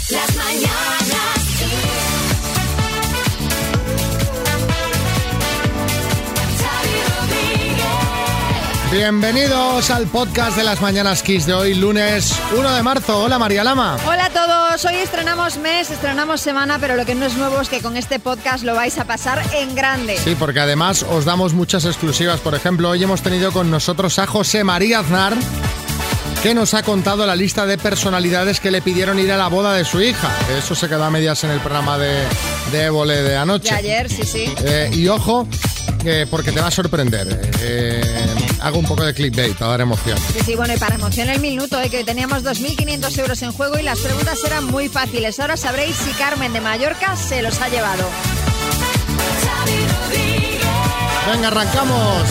Las mañanas Kiss. Bienvenidos al podcast de las Mañanas Kiss de hoy, lunes 1 de marzo. Hola, María Lama. Hola a todos. Hoy estrenamos mes, estrenamos semana, pero lo que no es nuevo es que con este podcast lo vais a pasar en grande. Sí, porque además os damos muchas exclusivas. Por ejemplo, hoy hemos tenido con nosotros a José María Aznar, que nos ha contado la lista de personalidades que le pidieron ir a la boda de su hija. Eso se quedó a medias en el programa de Évole de anoche. De ayer, sí. Y ojo, porque te va a sorprender. Hago un poco de clickbait para dar emoción. Sí, bueno, y para emoción el minuto, que hoy teníamos 2.500 euros en juego y las preguntas eran muy fáciles. Ahora sabréis si Carmen de Mallorca se los ha llevado. Venga, arrancamos.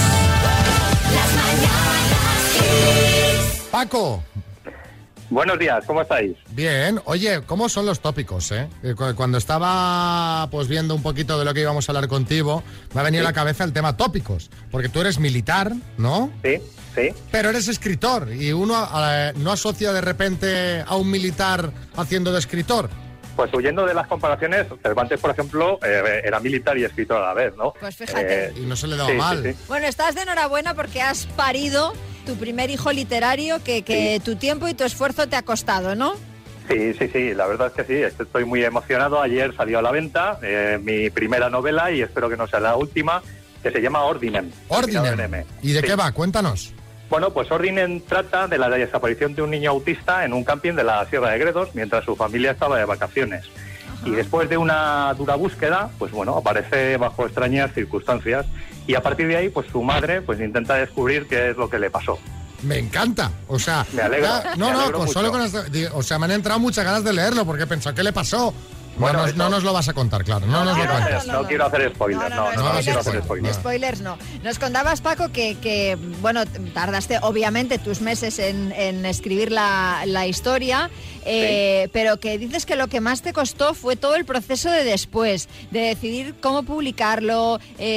Las mañanas Kiss. Paco. Buenos días, ¿cómo estáis? Bien. Oye, ¿cómo son los tópicos, Cuando estaba pues viendo un poquito de lo que íbamos a hablar contigo, me ha venido a la cabeza el tema tópicos, porque tú eres militar, ¿no? Sí. Pero eres escritor y uno no asocia de repente a un militar haciendo de escritor. Pues huyendo de las comparaciones, Cervantes, por ejemplo, era militar y escritor a la vez, ¿no? Pues fíjate. Y no se le daba mal. Sí. Bueno, estás de enhorabuena porque has parido tu primer hijo literario que tu tiempo y tu esfuerzo te ha costado, ¿no? Sí, la verdad es que sí, estoy muy emocionado. Ayer salió a la venta mi primera novela y espero que no sea la última, que se llama Ordinem. Ordinem. ¿Y de qué va? Cuéntanos. Bueno, pues Ordinem trata de la desaparición de un niño autista en un camping de la Sierra de Gredos mientras su familia estaba de vacaciones. Ajá. Y después de una dura búsqueda, pues bueno, aparece bajo extrañas circunstancias y a partir de ahí, pues su madre pues intenta descubrir qué es lo que le pasó. Me encanta, o sea... Me alegro. Solo con esto... O sea, me han entrado muchas ganas de leerlo porque he pensado, ¿qué le pasó? Bueno, no nos lo vas a contar, claro. No quiero hacer spoilers. No quiero hacer spoilers. Spoilers no. Nos contabas, Paco, que bueno, tardaste obviamente tus meses en escribir la historia, pero que dices que lo que más te costó fue todo el proceso de después, de decidir cómo publicarlo,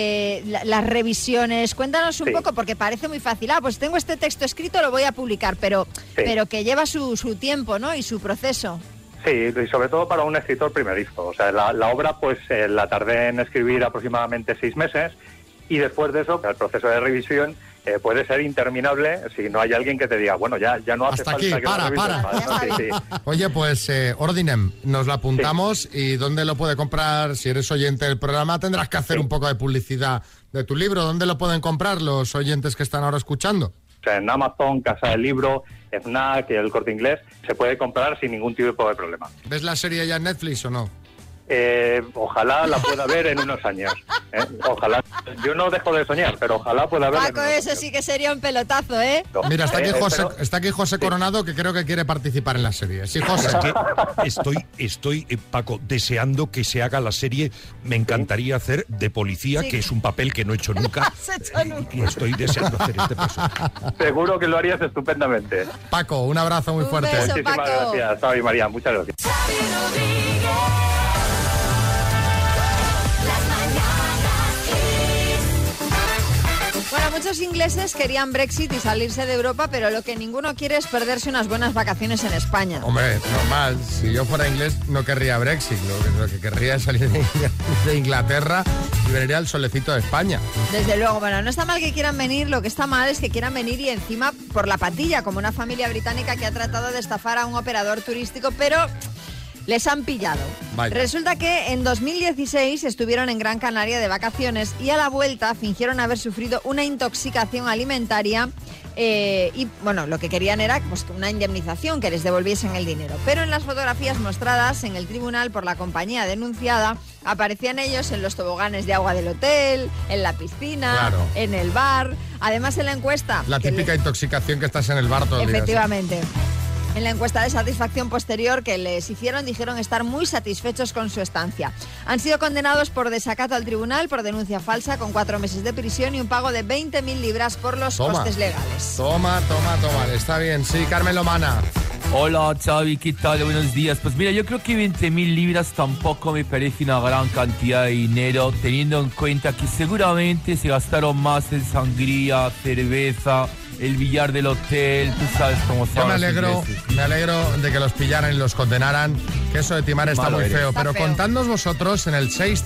las revisiones. Cuéntanos un poco, porque parece muy fácil. Pues tengo este texto escrito, lo voy a publicar, pero que lleva su tiempo, ¿no? Y su proceso. Sí, y sobre todo para un escritor primerizo. O sea, la obra pues la tardé en escribir aproximadamente 6 meses y después de eso, el proceso de revisión puede ser interminable si no hay alguien que te diga, bueno, ya no hace hasta falta aquí, que para. Sí. Oye, pues Ordinem, nos lo apuntamos y ¿dónde lo puede comprar? Si eres oyente del programa tendrás que hacer un poco de publicidad de tu libro. ¿Dónde lo pueden comprar los oyentes que están ahora escuchando? O sea, en Amazon, Casa del Libro, Fnac, el Corte Inglés, se puede comprar sin ningún tipo de problema. ¿Ves la serie ya en Netflix o no? Ojalá la pueda ver en unos años. Ojalá. Yo no dejo de soñar, pero ojalá pueda verla. Paco, eso sí que sería un pelotazo, ¿eh? No. Mira, está aquí José Coronado, que creo que quiere participar en la serie. Sí, José. Estoy Paco, deseando que se haga la serie. Me encantaría hacer de policía, que es un papel que no he hecho nunca. Y estoy deseando hacer este paso. Seguro que lo harías estupendamente. Paco, un abrazo muy fuerte. Beso, Muchísimas Paco. gracias, Xavi y María, muchas gracias. Bueno, muchos ingleses querían Brexit y salirse de Europa, pero lo que ninguno quiere es perderse unas buenas vacaciones en España. Hombre, normal. Si yo fuera inglés no querría Brexit. Lo que querría es salir de Inglaterra y venir al solecito de España. Desde luego, bueno, no está mal que quieran venir, lo que está mal es que quieran venir y encima por la patilla, como una familia británica que ha tratado de estafar a un operador turístico, pero les han pillado. Vaya. Resulta que en 2016 estuvieron en Gran Canaria de vacaciones y a la vuelta fingieron haber sufrido una intoxicación alimentaria y bueno, lo que querían era pues una indemnización, que les devolviesen el dinero. Pero en las fotografías mostradas en el tribunal por la compañía denunciada aparecían ellos en los toboganes de agua del hotel, en la piscina, claro, en el bar. Además, en la encuesta... La típica intoxicación que estás en el bar todo el día. Efectivamente. En la encuesta de satisfacción posterior que les hicieron, dijeron estar muy satisfechos con su estancia. Han sido condenados por desacato al tribunal, por denuncia falsa, con 4 meses de prisión y un pago de 20.000 libras por los costes legales. Toma. Está bien. Sí, Carmen Lomana. Hola Xavi, ¿qué tal? Buenos días. Pues mira, yo creo que 20.000 libras tampoco me parece una gran cantidad de dinero, teniendo en cuenta que seguramente se gastaron más en sangría, cerveza, el billar del hotel, tú sabes cómo son. Yo me los alegro ingleses. de que los pillaran y los condenaran, que eso de timar está Malo muy eres. feo. Está Pero feo. contadnos vosotros en el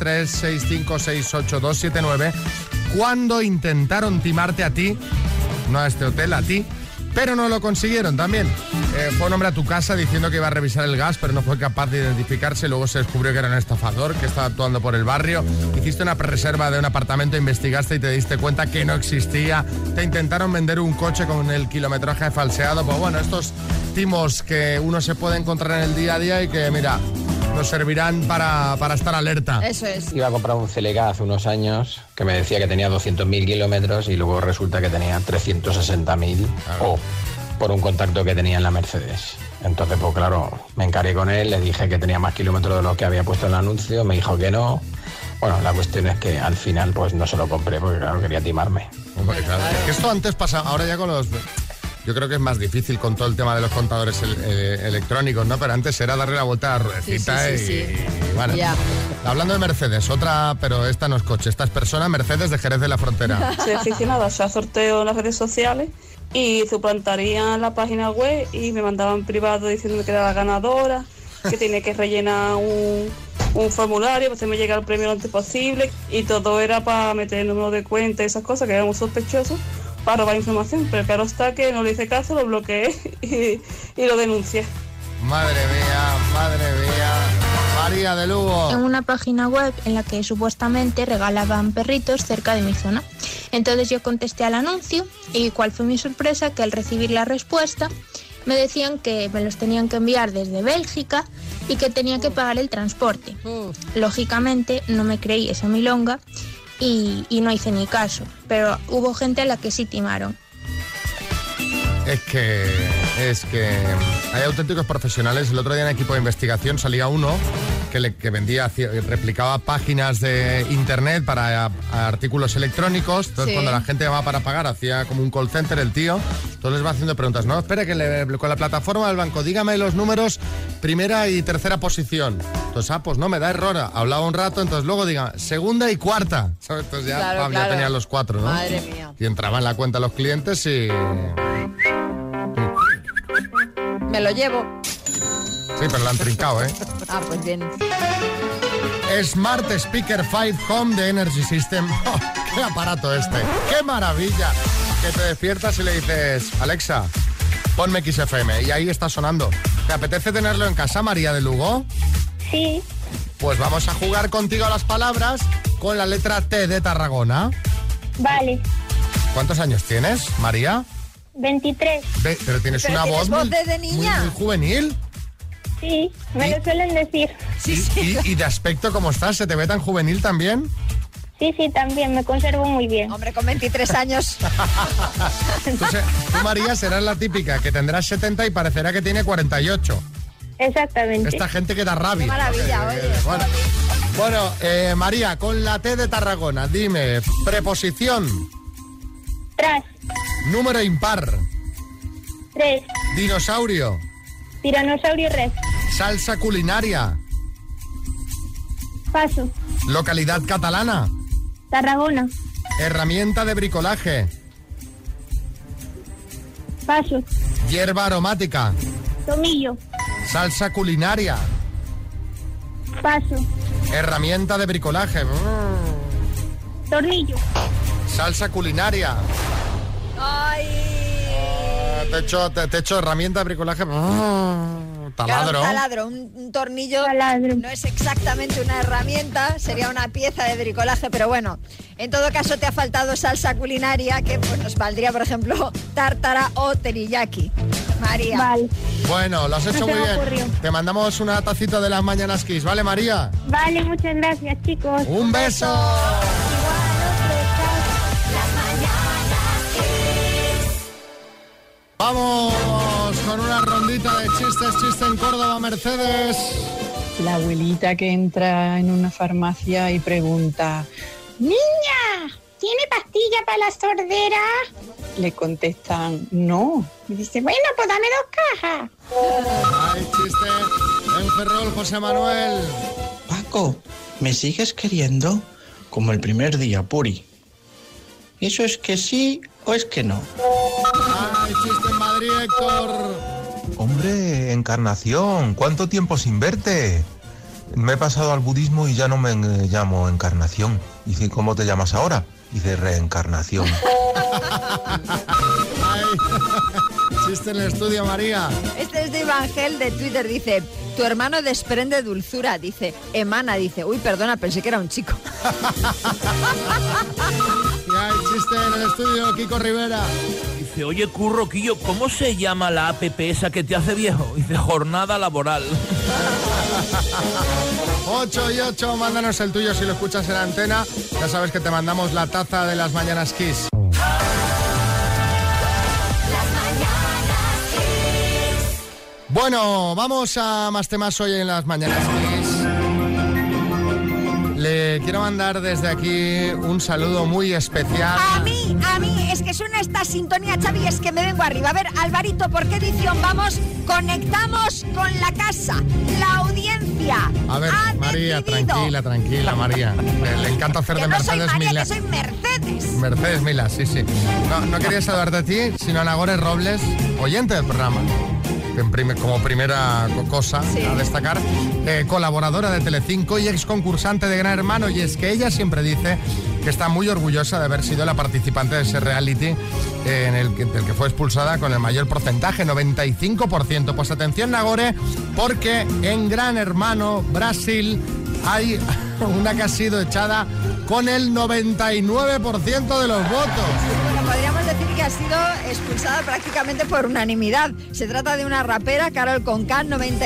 636568279 cuando intentaron timarte a ti, no a este hotel, a ti, pero no lo consiguieron también. Fue un hombre a tu casa diciendo que iba a revisar el gas, pero no fue capaz de identificarse. Luego se descubrió que era un estafador, que estaba actuando por el barrio. Hiciste una prerreserva de un apartamento, investigaste y te diste cuenta que no existía. Te intentaron vender un coche con el kilometraje falseado. Pues bueno, estos timos que uno se puede encontrar en el día a día y que, mira, nos servirán para estar alerta. Eso es. Iba a comprar un CLK hace unos años que me decía que tenía 200.000 kilómetros y luego resulta que tenía 360.000 o por un contacto que tenía en la Mercedes. Entonces, pues claro, me encaré con él, le dije que tenía más kilómetros de los que había puesto en el anuncio, me dijo que no. Bueno, la cuestión es que al final pues no se lo compré porque claro, quería timarme. Hombre, claro. Es que esto antes pasaba, ahora ya con los... Yo creo que es más difícil con todo el tema de los contadores electrónicos, ¿no? Pero antes era darle la vuelta a la ruedecita Sí. y bueno. Ya. Hablando de Mercedes, otra, pero esta no es coche, esta es persona, Mercedes de Jerez de la Frontera. Soy aficionada a sorteos en las redes sociales y suplantarían la página web y me mandaban privado diciéndome que era la ganadora, que tenía que rellenar un formulario para que me llegara el premio lo antes posible y todo era para meter el número de cuenta y esas cosas que eran muy sospechosos para robar información, pero claro está que no le hice caso, lo bloqueé y lo denuncié. Madre mía. María de Lugo. En una página web en la que supuestamente regalaban perritos cerca de mi zona. Entonces yo contesté al anuncio y cuál fue mi sorpresa que al recibir la respuesta me decían que me los tenían que enviar desde Bélgica y que tenía que pagar el transporte. Lógicamente no me creí esa milonga y no hice ni caso, pero hubo gente a la que sí timaron. Es que hay auténticos profesionales. El otro día en equipo de investigación salía uno que vendía, replicaba páginas de internet para artículos electrónicos. Entonces, Sí. cuando la gente llamaba para pagar, hacía como un call center el tío. Entonces les va haciendo preguntas. No, espere, con la plataforma del banco, dígame los números primera y tercera posición. Entonces, pues no, me da error. Hablaba un rato, entonces luego diga segunda y cuarta. ¿Sabes? Entonces ya, Claro, ya claro. tenían los cuatro, ¿no? Madre mía. Y entraba en la cuenta los clientes y... Me lo llevo. Sí, pero lo han trincado, ¿eh? Ah, pues bien. Smart Speaker 5 Home de Energy System. ¡Oh, ¡qué aparato este! ¡Qué maravilla! Que te despiertas y le dices, Alexa, ponme XFM, y ahí está sonando. ¿Te apetece tenerlo en casa, María de Lugo? Sí, Pues vamos a jugar contigo a las palabras con la letra T de Tarragona. vale. ¿Cuántos años tienes, María? 23. Pero tienes Pero una tienes voz voz de niña. muy juvenil. Sí, me lo suelen decir. Y de aspecto, ¿cómo estás? ¿Se te ve tan juvenil también? Sí, también, me conservo muy bien. Hombre, con 23 años. Entonces, tú, María, serás la típica que tendrás 70 y parecerá que tiene 48. Exactamente. Esta gente que da rabia. Qué maravilla, oye. Bueno, María, con la T de Tarragona, dime, preposición, Tras, número impar, 3, dinosaurio, tiranosaurio rex, salsa culinaria, paso, localidad catalana, Tarragona, herramienta de bricolaje, paso, hierba aromática, tomillo, salsa culinaria, paso, herramienta de bricolaje, tornillo, salsa culinaria. Ay. Te echo herramienta de bricolaje. Claro, Taladro. un taladro, un tornillo. taladro, No es exactamente una herramienta, sería una pieza de bricolaje, pero bueno, en todo caso te ha faltado salsa culinaria, que pues nos valdría, por ejemplo, tártara o teriyaki. María. vale. Bueno, lo has hecho No muy se me bien. ocurrió. Te mandamos una tacita de las Mañanas Kiss, ¿vale, María? Vale, muchas gracias, chicos. ¡Un beso! Vamos con una rondita de chistes, chiste en Córdoba, Mercedes. La abuelita que entra en una farmacia y pregunta, Niña, ¿tiene pastilla para la sordera? le contestan, no. Y dice, bueno, pues dame 2 cajas. Ay, chiste en Ferrol, José Manuel. Paco, ¿me sigues queriendo? Como el primer día, Puri. ¿Eso es que sí o es que no? ¡Ay, chiste en Madrid, Héctor! Hombre, Encarnación, ¿cuánto tiempo sin verte? Me he pasado al budismo y ya no me llamo Encarnación. Dice, ¿cómo te llamas ahora? Dice, Reencarnación. Ay, chiste en el estudio, María. Este es de Evangel de Twitter, dice, tu hermano desprende dulzura, dice, emana, dice, uy, perdona, pensé que era un chico. Y hay chiste en el estudio, Kiko Rivera. Dice, oye, Curro, Quillo, ¿cómo se llama la app esa que te hace viejo? Dice, jornada laboral. 8 y 8, mándanos el tuyo si lo escuchas en la antena. Ya sabes que te mandamos la taza de las Mañanas Kiss. Bueno, vamos a más temas hoy en las Mañanas Kiss. Le quiero mandar desde aquí un saludo muy especial. A mí, es que suena esta sintonía, Xavi, es que me vengo arriba. A ver, Alvarito, ¿por qué edición vamos? Conectamos con la casa, la audiencia. A ver, María, decidido. tranquila, María. Le encanta hacer Que de no soy Mercedes María, Milá. que soy Mercedes. Mercedes Milá, sí. No quería saludarte a ti, sino a Nagore Robles, oyente del programa. Como primera cosa a destacar, colaboradora de Telecinco y ex concursante de Gran Hermano, y es que ella siempre dice que está muy orgullosa de haber sido la participante de ese reality del que fue expulsada con el mayor porcentaje, 95%. Pues atención, Nagore, porque en Gran Hermano Brasil hay una que ha sido echada con el 99% de los votos. Bueno, podríamos decir que ha sido expulsada prácticamente por unanimidad. Se trata de una rapera, Karol Conká,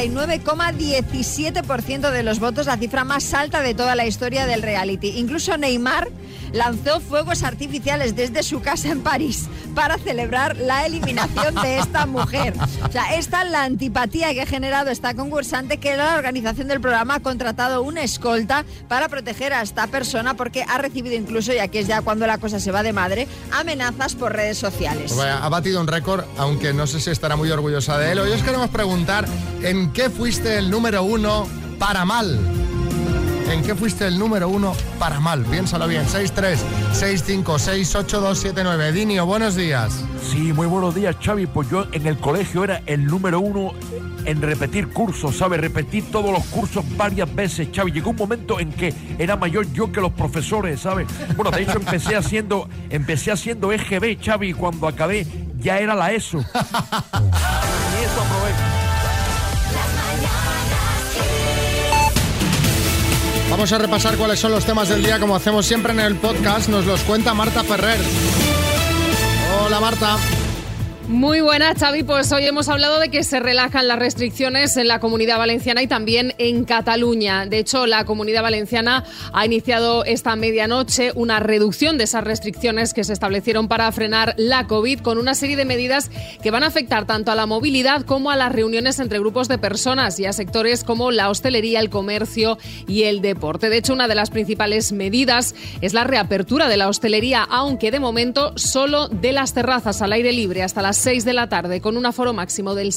99,17% de los votos, la cifra más alta de toda la historia del reality. Incluso Neymar lanzó fuegos artificiales desde su casa en París para celebrar la eliminación de esta mujer. O sea, esta es la antipatía que ha generado esta concursante, que la organización del programa ha contratado una escolta para proteger a esta persona, porque ha recibido incluso, y aquí es ya cuando la cosa se va de madre, amenazas por redes sociales. Pues vaya, ha batido un récord, aunque no sé si estará muy orgullosa de él. Hoy os queremos preguntar, ¿en qué fuiste el número 1 para mal? ¿En qué fuiste el número 1 para mal? Piénsalo bien. 636568279. Dinio, buenos días. Sí, muy buenos días, Xavi. Pues yo en el colegio era el número 1 en repetir cursos, ¿sabes? Repetí todos los cursos varias veces, Xavi. Llegó un momento en que era mayor yo que los profesores, ¿sabes? Bueno, de hecho empecé haciendo EGB, Xavi, y cuando acabé ya era la ESO. Y eso aprovecho. Vamos a repasar cuáles son los temas del día, como hacemos siempre en el podcast. Nos los cuenta Marta Ferrer. Hola, Marta. Muy buenas, Xavi. Pues hoy hemos hablado de que se relajan las restricciones en la Comunidad Valenciana y también en Cataluña. De hecho, la Comunidad Valenciana ha iniciado esta medianoche una reducción de esas restricciones que se establecieron para frenar la COVID, con una serie de medidas que van a afectar tanto a la movilidad como a las reuniones entre grupos de personas y a sectores como la hostelería, el comercio y el deporte. De hecho, una de las principales medidas es la reapertura de la hostelería, aunque de momento solo de las terrazas al aire libre hasta las 6 de la tarde, con un aforo máximo del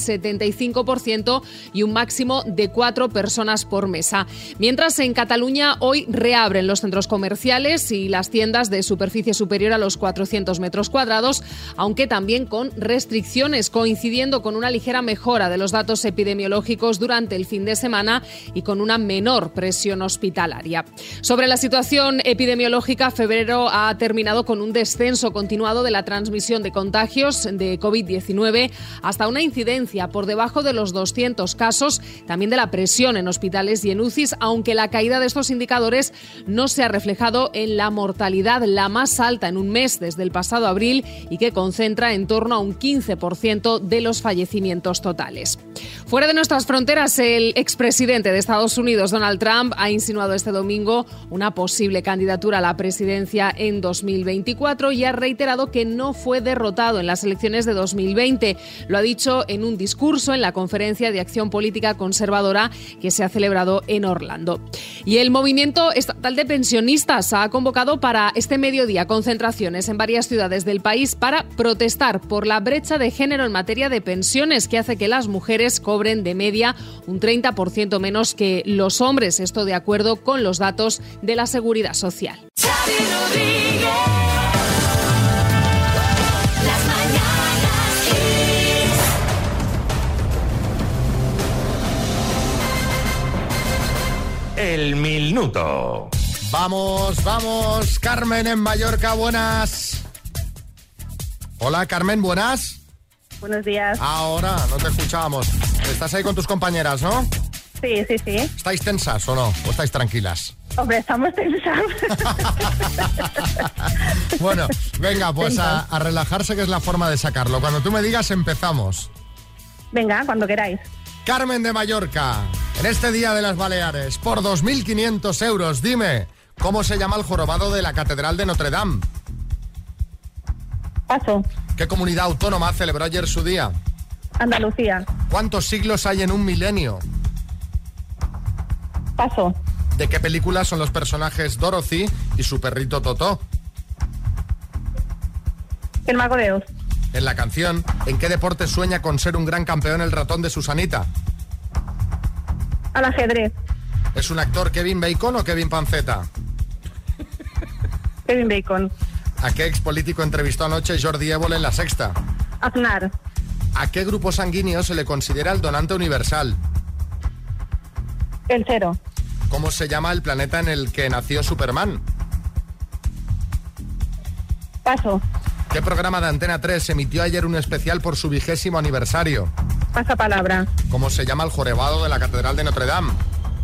75% y un máximo de 4 personas por mesa. Mientras, en Cataluña hoy reabren los centros comerciales y las tiendas de superficie superior a los 400 metros cuadrados, aunque también con restricciones, coincidiendo con una ligera mejora de los datos epidemiológicos durante el fin de semana y con una menor presión hospitalaria. Sobre la situación epidemiológica, febrero ha terminado con un descenso continuado de la transmisión de contagios de COVID-19 hasta una incidencia por debajo de los 200 casos, también de la presión en hospitales y en UCIs, aunque la caída de estos indicadores no se ha reflejado en la mortalidad, la más alta en un mes desde el pasado abril y que concentra en torno a un 15% de los fallecimientos totales. Fuera de nuestras fronteras, el expresidente de Estados Unidos, Donald Trump, ha insinuado este domingo una posible candidatura a la presidencia en 2024 y ha reiterado que no fue derrotado en las elecciones de 2020. Lo ha dicho en un discurso en la Conferencia de Acción Política Conservadora que se ha celebrado en Orlando. Y el Movimiento Estatal de Pensionistas ha convocado para este mediodía concentraciones en varias ciudades del país para protestar por la brecha de género en materia de pensiones, que hace que las mujeres cobren de media un 30% menos que los hombres. Esto de acuerdo con los datos de la Seguridad Social. Xavi Rodríguez. Las mañanas. El minuto. Vamos, Carmen en Mallorca, buenas. Hola, Carmen, buenas. Buenos días. Ahora, no te escuchábamos. Estás ahí con tus compañeras, ¿no? Sí. ¿Estáis tensas o no? ¿O estáis tranquilas? Hombre, estamos tensados. Bueno, venga, pues a relajarse, que es la forma de sacarlo. Cuando tú me digas, empezamos. Venga, cuando queráis. Carmen de Mallorca, en este Día de las Baleares, por 2.500 euros, dime, ¿cómo se llama el jorobado de la Catedral de Notre Dame? Paso. ¿Qué comunidad autónoma celebró ayer su día? Andalucía. ¿Cuántos siglos hay en un milenio? Paso. ¿De qué película son los personajes Dorothy y su perrito Totó? El Mago de Oz. En la canción, ¿en qué deporte sueña con ser un gran campeón el ratón de Susanita? Al ajedrez. ¿Es un actor Kevin Bacon o Kevin Panceta? Kevin Bacon. ¿A qué expolítico entrevistó anoche Jordi Évole en La Sexta? Aznar. ¿A qué grupo sanguíneo se le considera el donante universal? El cero. ¿Cómo se llama el planeta en el que nació Superman? Paso. ¿Qué programa de Antena 3 emitió ayer un especial por su 20º aniversario? Pasapalabra. ¿Cómo se llama el jorobado de la Catedral de Notre Dame?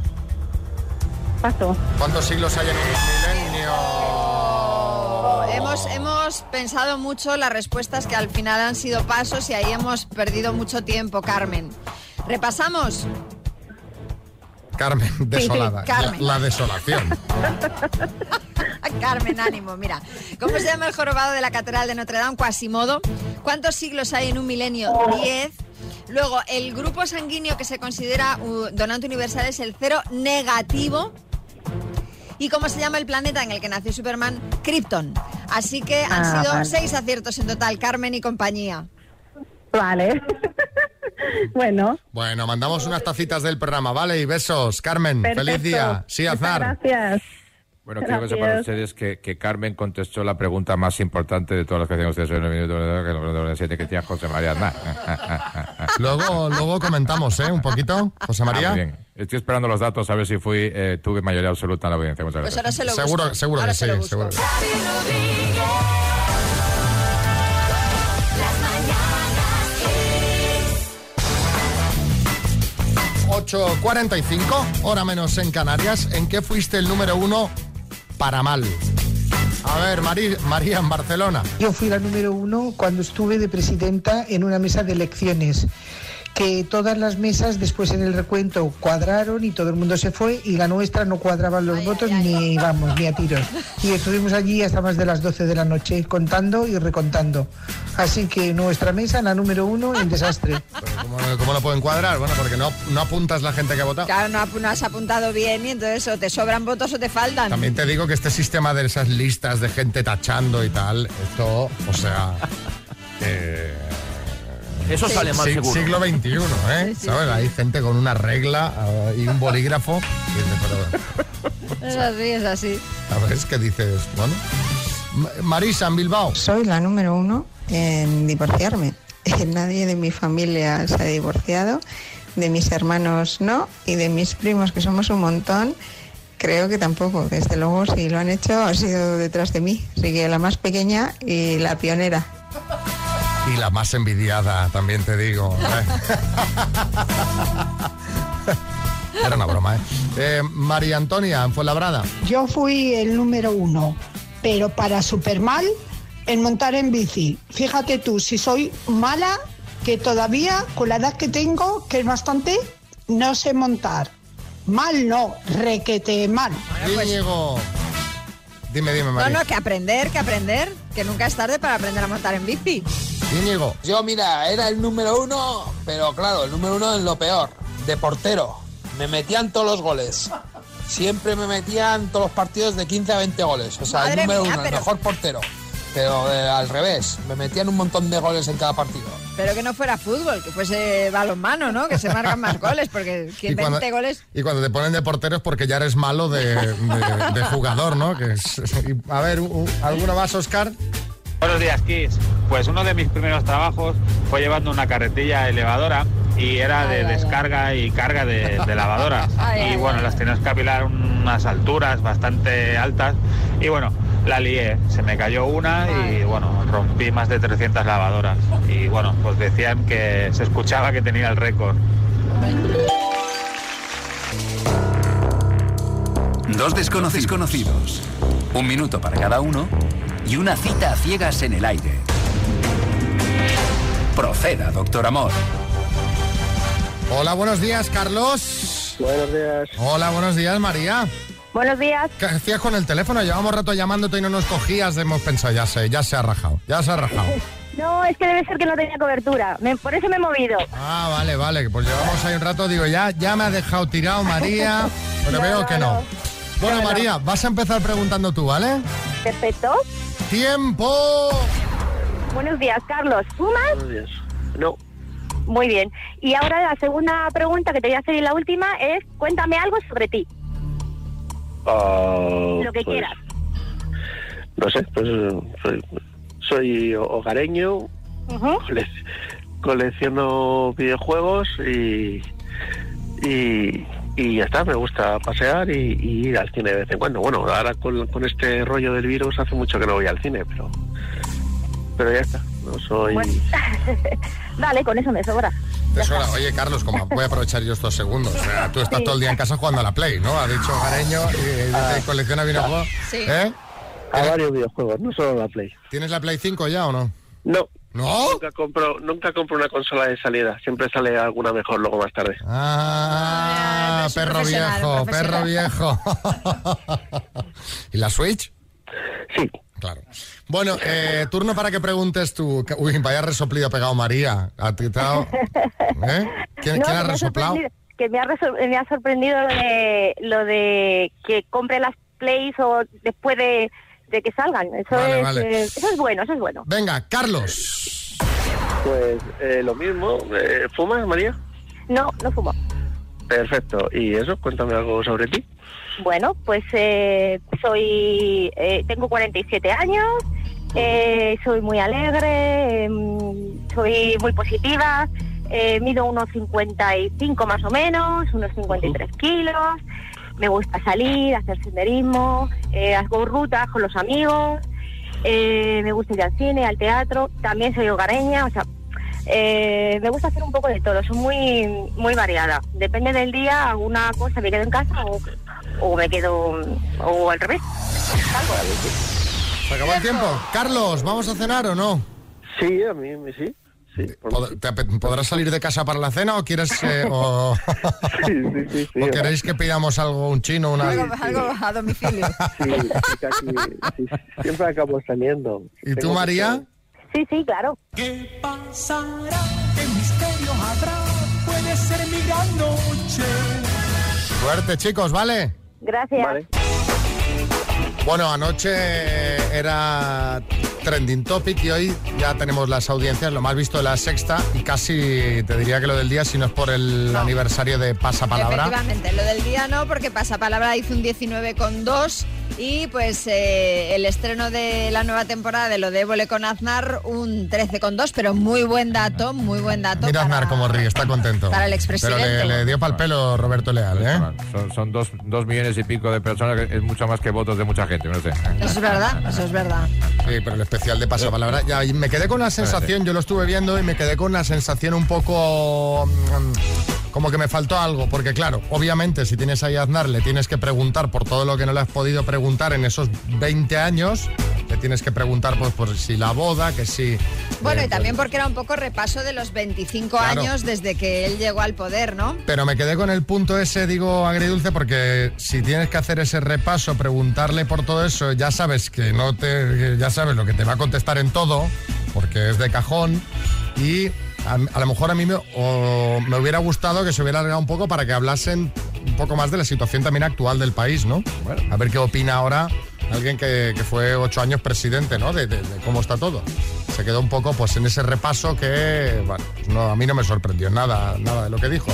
Paso. ¿Cuántos siglos hay en un milenio? Hemos pensado mucho las respuestas que al final han sido pasos y ahí hemos perdido mucho tiempo, Carmen. ¿Repasamos? Carmen, desolada. Sí, Carmen. La desolación. Carmen, ánimo, mira. ¿Cómo se llama el jorobado de la Catedral de Notre Dame? Quasimodo. ¿Cuántos siglos hay en un milenio? 10. Luego, el grupo sanguíneo que se considera donante universal es el cero negativo. ¿Y cómo se llama el planeta en el que nació Superman? Krypton. Así que han sido vale. 6 aciertos en total, Carmen y compañía. Vale. Bueno, mandamos unas tacitas del programa, ¿vale? Y besos. Carmen, perfecto. feliz día. Sí, Aznar. Gracias. Bueno, quiero que sepan ustedes que Carmen contestó la pregunta más importante de todas las que hacen ustedes en el minuto que lo 7 que tenía José María Aznar. Luego comentamos, Un poquito, José María. Muy bien. Estoy esperando los datos a ver si tuve mayoría absoluta en la audiencia. Muchas Pues gracias. ahora se lo busco. Seguro Ahora que se sí, lo busco. seguro que sí. 8:45, hora menos en Canarias. ¿En qué fuiste el número 1 para mal? A ver, María, en Barcelona. Yo fui la número 1 cuando estuve de presidenta en una mesa de elecciones, que todas las mesas después en el recuento cuadraron y todo el mundo se fue, y la nuestra no cuadraban los votos ni a tiros. Y estuvimos allí hasta más de las 12 de la noche contando y recontando. Así que nuestra mesa, la número 1, en desastre. ¿Cómo lo pueden cuadrar? Bueno, porque no apuntas la gente que ha votado. Claro, no has apuntado bien y entonces o te sobran votos o te faltan. También te digo que este sistema de esas listas de gente tachando y tal, esto, o sea... Eso sale mal seguro. Siglo XXI, ¿eh? Sí, ¿sabes? sí. Hay gente con una regla y un bolígrafo. Es así. A ver, ¿qué dices? Bueno. Marisa, en Bilbao. Soy la número 1 en divorciarme. Nadie de mi familia se ha divorciado, de mis hermanos no, y de mis primos, que somos un montón, creo que tampoco. Desde luego, si lo han hecho, ha sido detrás de mí. Así que la más pequeña y la pionera. Y la más envidiada, también te digo. Era una broma, María Antonia, en Fuenlabrada. Yo fui el número 1, pero para súper mal en montar en bici. Fíjate tú, si soy mala, que todavía con la edad que tengo, que es bastante, no sé montar. Mal no, requete mal. Íñigo. Dime, María. No, que aprender, que nunca es tarde para aprender a montar en bici. Íñigo. Yo, mira, era el número 1, pero claro, el número 1 en lo peor, de portero. Me metían todos los goles. Siempre me metían todos los partidos de 15 a 20 goles. O sea, Madre el número mía, 1, el mejor portero. Pero al revés, me metían un montón de goles en cada partido. Pero que no fuera fútbol, que fuese balonmano, ¿no? Que se marcan más goles, porque 20 goles... Y cuando te ponen de portero es porque ya eres malo de jugador, ¿no? A ver, ¿alguno más, Óscar? Buenos días, Kiss. Pues uno de mis primeros trabajos fue llevando una carretilla elevadora y era de descarga y carga de lavadoras. Y bueno, las tenías que apilar a unas alturas bastante altas y bueno, la lié, se me cayó una y bueno, rompí más de 300 lavadoras y bueno, pues decían que se escuchaba que tenía el récord. Dos desconocidos, 1 minuto para cada uno y una cita a ciegas en el aire. Proceda, doctor Amor. Hola, buenos días, Carlos. Buenos días. Hola, buenos días, María. Buenos días. ¿Qué hacías con el teléfono? Llevamos rato llamándote y no nos cogías. Hemos pensado, ya se ha rajado. No, es que debe ser que no tenía cobertura. Por eso me he movido. Ah, vale. Pues llevamos ahí un rato. Digo, ya me ha dejado tirado María, pero veo que no. Bueno, María, vas a empezar preguntando tú, ¿vale? Perfecto. ¡Tiempo! Buenos días, Carlos. ¿Fumas? Buenos días. No. Muy bien. Y ahora la segunda pregunta que te voy a hacer y la última es, cuéntame algo sobre ti. Lo que quieras. No sé, pues soy hogareño, colecciono videojuegos y ya está, me gusta pasear y ir al cine de vez en cuando. Bueno, ahora con este rollo del virus hace mucho que no voy al cine, pero ya está, no soy... Bueno. Dale, con eso me sobra. Te sobra. Oye, Carlos, como voy a aprovechar yo estos segundos. O sea, tú estás todo el día en casa jugando a la Play, ¿no? Ha dicho hogareño y colecciona videojuegos. Sí. ¿Eh? A varios videojuegos, no solo la Play. ¿Tienes la Play 5 ya o no? No. ¿No? Nunca compro una consola de salida. Siempre sale alguna mejor luego más tarde. Ah, perro viejo. ¿Y la Switch? Sí. Claro. Bueno, turno para que preguntes tú. Uy, vaya resoplido ha pegado María. ¿A ti te ha dado? ¿Quién ha resoplado? Que me ha sorprendido lo de que compre las Plays o después de que salgan. Vale. Eso es bueno. Venga, Carlos. Pues lo mismo. ¿Fumas, María? No fumo. Perfecto. ¿Y eso? Cuéntame algo sobre ti. Bueno, pues tengo 47 años, soy muy alegre, soy muy positiva, mido unos 55 más o menos, unos 53 kilos, me gusta salir, hacer senderismo, hago rutas con los amigos, me gusta ir al cine, al teatro, también soy hogareña, o sea, me gusta hacer un poco de todo, soy muy variada. Depende del día, alguna cosa me quedo en casa o me quedo, o al revés. ¿Se acabó el tiempo? Carlos, ¿vamos a cenar o no? Sí, a mí sí. ¿Podrás salir de casa para la cena o quieres sí, ¿o queréis que pidamos algo, un chino, algo a domicilio? Sí, siempre acabo saliendo. ¿Y tú, María? Sí, claro. ¿Qué pasará? ¿Qué misterio habrá? Puede ser mi gran noche. Suerte, chicos, ¿vale? Gracias. Vale. Bueno, anoche era trending topic y hoy ya tenemos las audiencias, lo más visto de La Sexta y casi te diría que lo del día, si no es por el aniversario de Pasapalabra. Efectivamente, lo del día no, porque Pasapalabra hizo un 19,2 y pues el estreno de la nueva temporada de Lo de Évole con Aznar un 13,2, pero muy buen dato. Mira Aznar como ríe, está contento. Para el expresidente. Pero le dio pa'l pelo Roberto Leal, ¿eh? Son 2 millones y pico de personas, que es mucho más que votos de mucha gente, no sé. Eso es verdad. Sí, pero el especial de Pasapalabra, ya me quedé con la sensación, yo lo estuve viendo y me quedé con una sensación un poco... como que me faltó algo, porque claro, obviamente si tienes ahí a Aznar le tienes que preguntar por todo lo que no le has podido preguntar en esos 20 años, le tienes que preguntar pues por si la boda, que si... Bueno, y también porque era un poco repaso de los 25 años desde que él llegó al poder, ¿no? Pero me quedé con el punto ese, digo, agridulce, porque si tienes que hacer ese repaso, preguntarle por todo eso, ya sabes que ya sabes lo que te va a contestar en todo, porque es de cajón, y... A lo mejor a mí me hubiera gustado que se hubiera alargado un poco para que hablasen un poco más de la situación también actual del país, ¿no? Bueno, a ver qué opina ahora alguien que fue 8 años presidente, ¿no? De cómo está todo. Se quedó un poco pues en ese repaso que, bueno, pues no, a mí no me sorprendió nada de lo que dijo.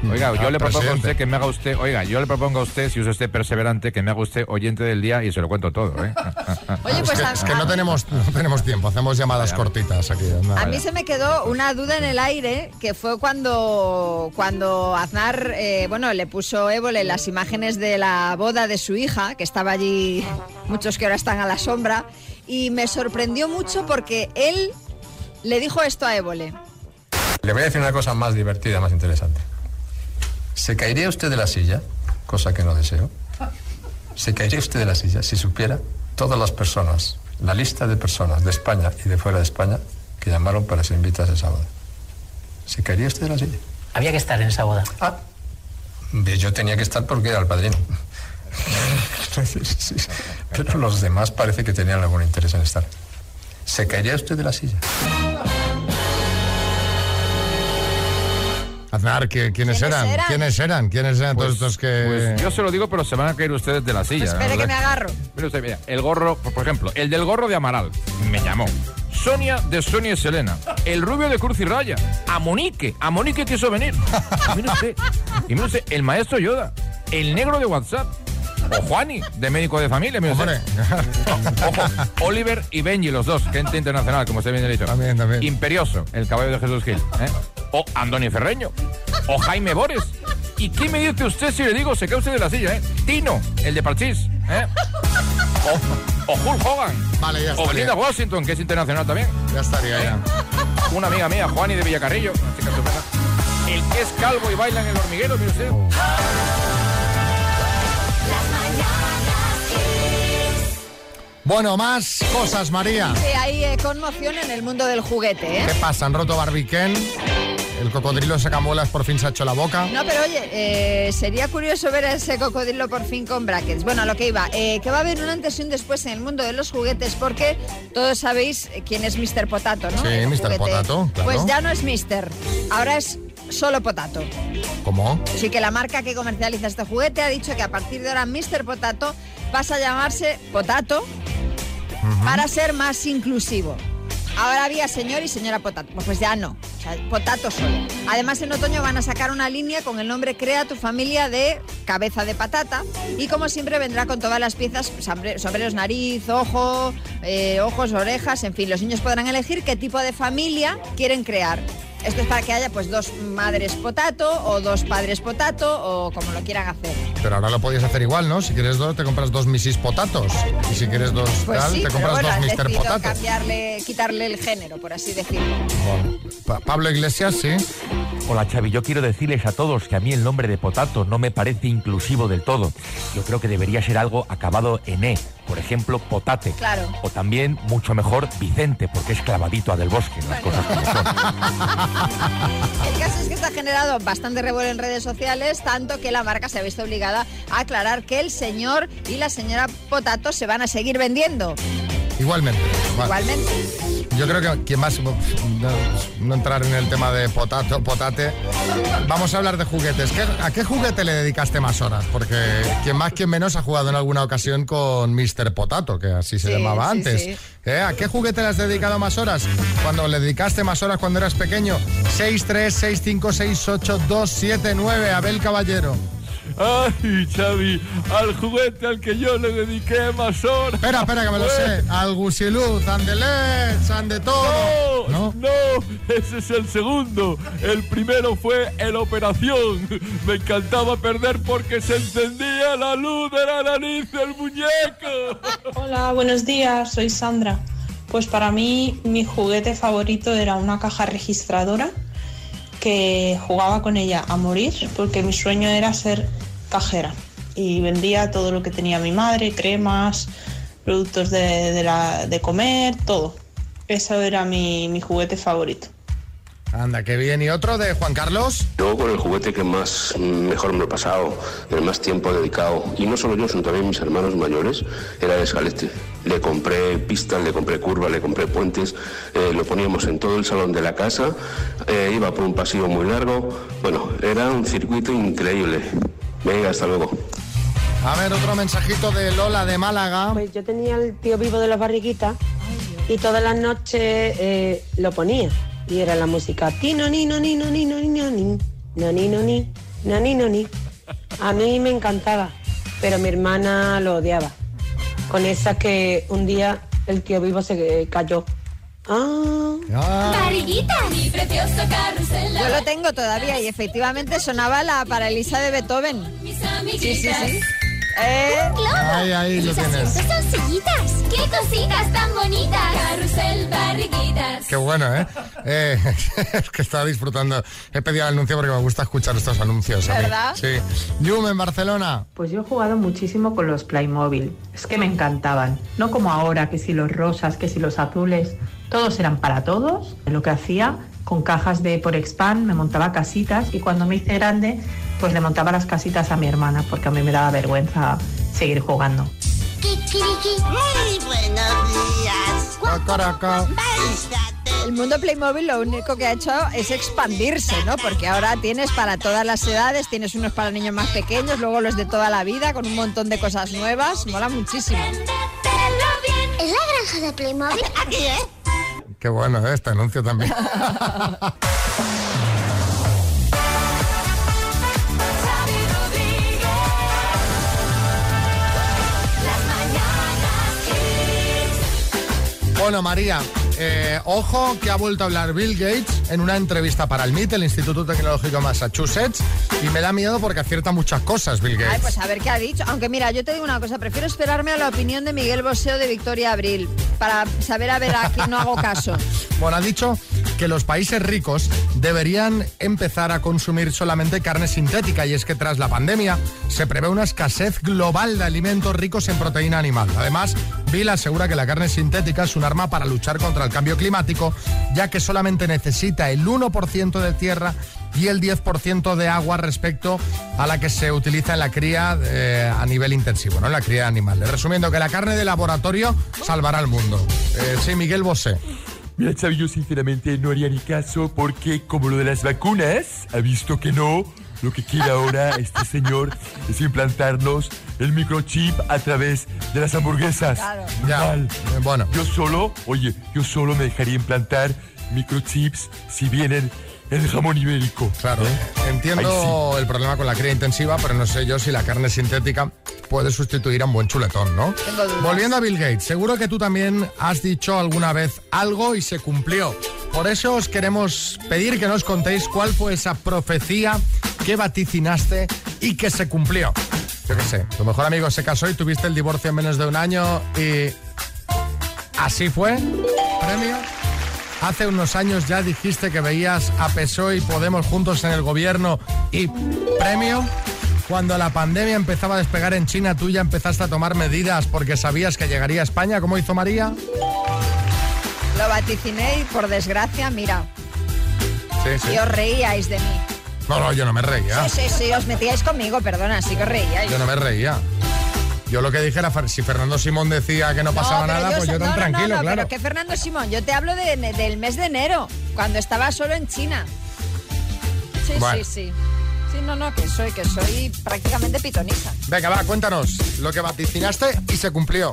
Oiga, yo le propongo a presidente. usted que me haga usted... Oiga, yo le propongo a usted, si es usted perseverante, que me haga usted oyente del día y se lo cuento todo, ¿eh? Oye, pues es que no tenemos tiempo, hacemos llamadas cortitas aquí. A mí se me quedó una duda en el aire, que fue cuando Aznar, le puso Évole las imágenes de la boda de su hija, que estaba allí, muchos que ahora están a la sombra, y me sorprendió mucho porque él le dijo esto a Évole. Le voy a decir una cosa más divertida, más interesante. ¿Se caería usted de la silla? Cosa que no deseo. ¿Se caería usted de la silla si supiera todas las personas, la lista de personas de España y de fuera de España que llamaron para ser invitadas a esa boda? ¿Se caería usted de la silla? Había que estar en esa boda. Yo tenía que estar porque era el padrino. Sí. Pero los demás parece que tenían algún interés en estar. ¿Se caería usted de la silla? Aznar, ¿quiénes eran? ¿Quiénes eran todos estos que...? Pues yo se lo digo, pero se van a caer ustedes de la silla. Pues espere que me agarro. Mire usted, mira, el gorro, por ejemplo, el del gorro de Amaral, me llamó. Sonia de Sonia y Selena. El rubio de Cruz y Raya. A Monique quiso venir. Y mire usted, el maestro Yoda. El negro de WhatsApp. O Juani, de Médico de Familia. Mire usted. Ojo, Oliver y Benji, los dos, gente internacional, como usted bien ha dicho. También. Imperioso, el caballo de Jesús Gil. O Andoni Ferreño. O Jaime Bores. ¿Y qué me dice usted si le digo se cae usted de la silla, Tino, el de Parchís. O Hulk Hogan. Vale, ya o Belinda Washington, que es internacional también. Ya estaría, ya. Una amiga mía, Juani de Villacarrillo. Una chica estupenda. El que es calvo y baila en el hormiguero, mire usted. Bueno, más cosas, María. Sí, hay conmoción en el mundo del juguete, ¿Qué pasa? ¿Han roto Barbican? ¿El cocodrilo sacamuelas por fin se ha hecho la boca? No, pero oye, sería curioso ver a ese cocodrilo por fin con brackets. Bueno, a lo que iba, que va a haber un antes y un después en el mundo de los juguetes, porque todos sabéis quién es Mr. Potato, ¿no? Sí, Mr. Potato, claro. Pues ya no es Mr., ahora es solo Potato. ¿Cómo? Así que la marca que comercializa este juguete ha dicho que a partir de ahora Mr. Potato pasa a llamarse Potato para ser más inclusivo. Ahora había señor y señora Potato, pues ya no, o sea, Potato solo. Además en otoño van a sacar una línea con el nombre Crea tu familia de cabeza de patata y como siempre vendrá con todas las piezas, sombreros, nariz, ojos, orejas, en fin, los niños podrán elegir qué tipo de familia quieren crear. Esto es para que haya pues 2 madres Potato o 2 padres Potato o como lo quieran hacer. Pero ahora lo podías hacer igual, ¿no? Si quieres 2, te compras 2 Mrs. Potatos. Y si quieres 2 pues tal, sí, te compras 2 Mr. Potato. Quitarle el género, por así decirlo. Bueno, Pablo Iglesias, sí. Hola, Xavi, yo quiero decirles a todos que a mí el nombre de Potato no me parece inclusivo del todo. Yo creo que debería ser algo acabado en E. Por ejemplo, Potate. Claro. O también, mucho mejor, Vicente, porque es clavadito a Del Bosque, las cosas como son. El caso es que está generado bastante revuelo en redes sociales, tanto que la marca se ha visto obligada a aclarar que el señor y la señora Potato se van a seguir vendiendo. Igualmente. Vale. Igualmente. Yo creo que quien más, no entrar en el tema de potate, vamos a hablar de juguetes. ¿A qué juguete le dedicaste más horas? Porque quien más, quien menos ha jugado en alguna ocasión con Mr. Potato, que así se llamaba antes. Sí. ¿A qué juguete le has dedicado más horas? Cuando le dedicaste más horas cuando eras pequeño. 636568279, Abel Caballero. Ay, Xavi, al juguete al que yo le dediqué más horas. Espera, que me lo sé. Al Gusiluz, Andelets, ande todo. No, ese es el segundo. El primero fue el Operación. Me encantaba perder porque se encendía la luz de la nariz del muñeco. Hola, buenos días, soy Sandra. Pues para mí, mi juguete favorito era una caja registradora que jugaba con ella a morir porque mi sueño era ser cajera y vendía todo lo que tenía mi madre, cremas, productos de comer, todo. Eso era mi juguete favorito. Anda, qué bien. ¿Y otro de Juan Carlos? Yo con el juguete que mejor me lo he pasado, el más tiempo dedicado, y no solo yo, sino también mis hermanos mayores, era el escalete. Le compré pistas, le compré curvas, le compré puentes, lo poníamos en todo el salón de la casa, iba por un pasillo muy largo, bueno, era un circuito increíble. Venga, hasta luego. A ver, otro mensajito de Lola de Málaga. Pues yo tenía el tío vivo de las barriguitas y todas las noches lo ponía. Y era la música tino ni no ni no ni no ni no ni no ni no ni Nani Noni. A mí me encantaba, pero mi hermana lo odiaba. Con esa que un día el tío vivo se cayó. Barriguita, mi precioso carrusel. Yo lo tengo todavía y efectivamente sonaba la Paralisa de Beethoven. Sí. Ahí lo tienes. Son sillitas. ¡Qué cositas tan bonitas! Carrusel, barriguitas. Qué bueno, ¿eh? Es que estaba disfrutando. He pedido el anuncio porque me gusta escuchar estos anuncios. ¿Verdad? Sí. Yum, en Barcelona. Pues yo he jugado muchísimo con los Playmobil. Es que me encantaban. No como ahora, que si los rosas, que si los azules. Todos eran para todos. Lo que hacía, con cajas de Porexpan, me montaba casitas y cuando me hice grande, pues le montaba las casitas a mi hermana porque a mí me daba vergüenza seguir jugando. Muy buenos días. El mundo Playmobil lo único que ha hecho es expandirse, ¿no? Porque ahora tienes para todas las edades, tienes unos para niños más pequeños, luego los de toda la vida, con un montón de cosas nuevas. Mola muchísimo. ¿Es la granja de Playmobil? Aquí, ¿eh? Qué bueno, este anuncio también. Bueno, María, ojo que ha vuelto a hablar Bill Gates en una entrevista para el MIT, el Instituto Tecnológico de Massachusetts, y me da miedo porque acierta muchas cosas Bill Gates. Ay, pues a ver qué ha dicho. Aunque mira, yo te digo una cosa, prefiero esperarme a la opinión de Miguel Bosé o de Victoria Abril para saber a ver a quién no hago caso. Bueno, ha dicho que los países ricos deberían empezar a consumir solamente carne sintética, y es que tras la pandemia se prevé una escasez global de alimentos ricos en proteína animal. Además, Bill asegura que la carne sintética es un arma para luchar contra el cambio climático, ya que solamente necesita el 1% de tierra y el 10% de agua respecto a la que se utiliza en la cría a nivel intensivo, ¿no? En la cría de animales. Resumiendo, que la carne de laboratorio salvará al mundo. Sí, Miguel Bosé. Mira, Xavi, yo sinceramente no haría ni caso porque, como lo de las vacunas, ha visto que no. Lo que quiere ahora este señor es implantarnos el microchip a través de las hamburguesas. Claro. Ya, bueno. Yo solo me dejaría implantar microchips si vienen en el jamón ibérico. Claro. Entiendo el problema con la cría intensiva, pero no sé yo si la carne sintética puede sustituir a un buen chuletón, ¿no? Volviendo a Bill Gates, seguro que tú también has dicho alguna vez algo y se cumplió. Por eso os queremos pedir que nos contéis cuál fue esa profecía que vaticinaste y que se cumplió. Yo qué sé, tu mejor amigo se casó y tuviste el divorcio en menos de un año y... ¿así fue? ¿Premio? Hace unos años ya dijiste que veías a PSOE y Podemos juntos en el gobierno y... ¿premio? Cuando la pandemia empezaba a despegar en China, tú ya empezaste a tomar medidas porque sabías que llegaría a España, ¿cómo hizo María? Lo vaticiné y por desgracia, mira. Sí. Y os reíais de mí. No, yo no me reía. Sí, os metíais conmigo, perdona, sí que os reíais. Yo no me reía. Yo lo que dije era, si Fernando Simón decía que no pasaba nada, pues yo tan tranquilo, claro. Pero que Fernando Simón, yo te hablo del mes de enero, cuando estaba solo en China. Sí, bueno. Sí, que soy prácticamente pitonisa. Venga, va, cuéntanos lo que vaticinaste y se cumplió.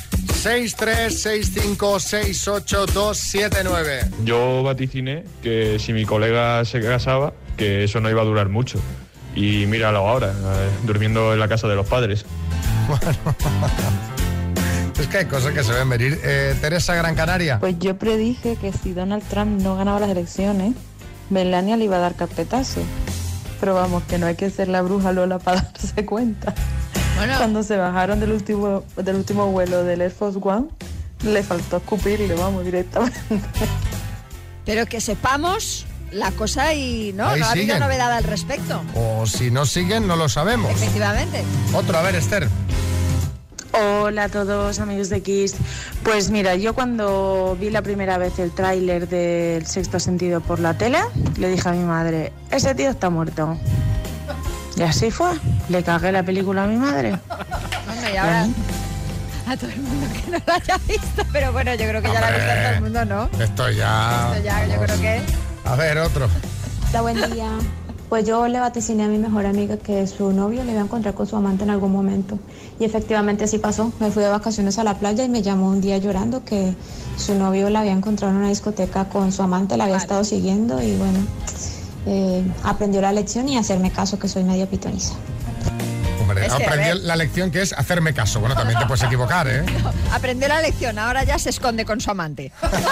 636568279. Yo vaticiné que si mi colega se casaba, que eso no iba a durar mucho. Y míralo ahora, durmiendo en la casa de los padres. Bueno, es que hay cosas que se ven venir. Teresa, Gran Canaria. Pues yo predije que si Donald Trump no ganaba las elecciones, Melania le iba a dar carpetazo. Pero vamos, que no hay que ser la bruja Lola para darse cuenta. Bueno. Cuando se bajaron del último vuelo del Air Force One, le faltó escupir y le vamos directamente. Pero que sepamos la cosa y no ahí ha habido siguen. Novedad al respecto. O si no siguen, no lo sabemos. Efectivamente. Otro, a ver, Esther. Hola a todos, amigos de Kiss. Pues mira, yo cuando vi la primera vez el tráiler del Sexto Sentido por la tele, le dije a mi madre, ese tío está muerto. Y así fue, le cagué la película a mi madre. Bueno, y ahora a todo el mundo que no la haya visto, pero bueno, yo creo que ya la ha visto todo el mundo, ¿no? Esto ya, yo creo que... A ver, otro. Hola, buen día. Pues yo le vaticiné a mi mejor amiga que su novio le iba a encontrar con su amante en algún momento. Y efectivamente así pasó. Me fui de vacaciones a la playa y me llamó un día llorando que su novio la había encontrado en una discoteca con su amante, la había estado siguiendo y bueno, aprendió la lección y hacerme caso, que soy medio pitoniza. Hombre, aprendió la lección, que es hacerme caso. Bueno, también te puedes equivocar, ¿eh? No, aprendió la lección, ahora ya se esconde con su amante.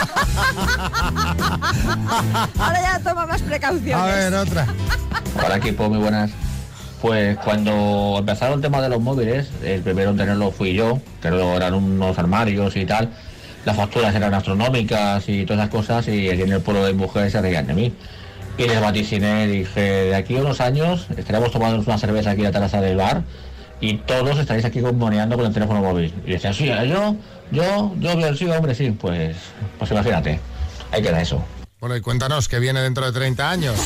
Ahora ya toma más precauciones. A ver, otra. Hola, equipo, muy buenas. Pues cuando empezaron el tema de los móviles, el primero en tenerlo fui yo, que eran unos armarios y tal. Las facturas eran astronómicas y todas esas cosas, y aquí en el pueblo de mujeres se reían de mí. Y les vaticiné, dije, de aquí a unos años estaremos tomándonos una cerveza aquí en la terraza del bar y todos estaréis aquí conmoneando con el teléfono móvil. Y decían, sí, yo, sí, hombre, sí, pues imagínate, ahí queda eso. Bueno, y cuéntanos, ¿qué viene dentro de 30 años?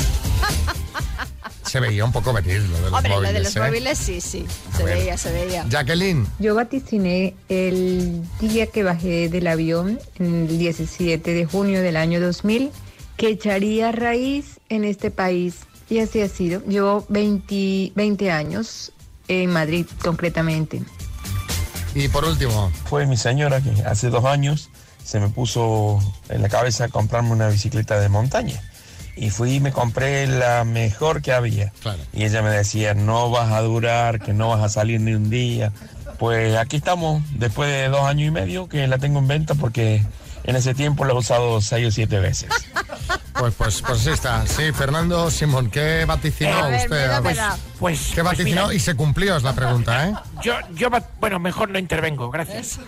Se veía un poco venir lo de los móviles. Lo de los móviles sí, se veía. Jacqueline. Yo vaticiné el día que bajé del avión, el 17 de junio del año 2000, que echaría raíz en este país. Y así ha sido. Llevo 20 años en Madrid, concretamente. Y por último. Fue mi señora que hace 2 años se me puso en la cabeza comprarme una bicicleta de montaña. Y fui y me compré la mejor que había. Claro. Y ella me decía, no vas a durar, que no vas a salir ni un día. Pues aquí estamos, después de 2 años y medio, que la tengo en venta porque en ese tiempo la he usado 6 o 7 veces. Pues sí está. Sí, Fernando Simón, ¿qué vaticinó usted? Pues ¿qué vaticinó? Mira, y se cumplió, es la pregunta, ¿eh? Bueno, mejor no intervengo, gracias.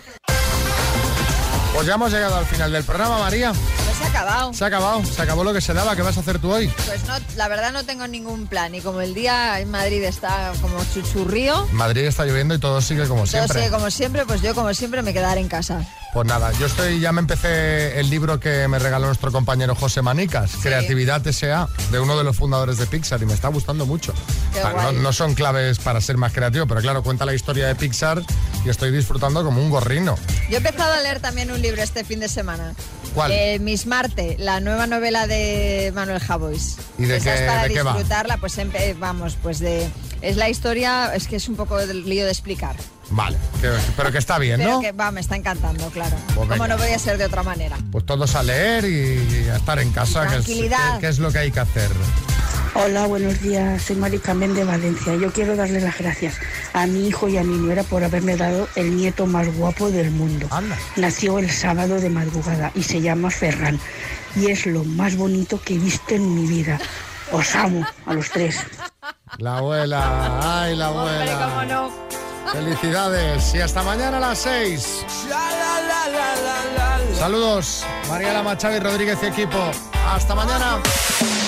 Pues ya hemos llegado al final del programa, María. Pues se ha acabado. Se acabó lo que se daba. ¿Qué vas a hacer tú hoy? Pues no, la verdad no tengo ningún plan. Y como el día en Madrid está como chuchurrío. Madrid está lloviendo y todo sigue como siempre. Todo sigue como siempre, pues yo como siempre me quedaré en casa. Pues nada, ya me empecé el libro que me regaló nuestro compañero José Manicas, sí. Creatividad S.A., de uno de los fundadores de Pixar, y me está gustando mucho. No son claves para ser más creativo, pero claro, cuenta la historia de Pixar y estoy disfrutando como un gorrino. Yo he empezado a leer también un libro este fin de semana. ¿Cuál? Miss Marte, la nueva novela de Manuel Javois. ¿Y de qué va? Disfrutarla, pues es la historia, es que es un poco del lío de explicar. Vale, pero que está bien, ¿no? Pero que me está encantando, claro. Pues ¿cómo no voy a ser de otra manera? Pues todos a leer y a estar en casa, que es lo que hay que hacer. Hola, buenos días, soy Mari Carmen de Valencia. Yo quiero darle las gracias a mi hijo y a mi nuera por haberme dado el nieto más guapo del mundo. ¡Anda! Nació el sábado de madrugada y se llama Ferran. Y es lo más bonito que he visto en mi vida. Os amo a los 3. La abuela, ay, la abuela. Hombre, cómo no. Felicidades y hasta mañana a las 6. Saludos, María Lama, Xavi Rodríguez y equipo. Hasta mañana.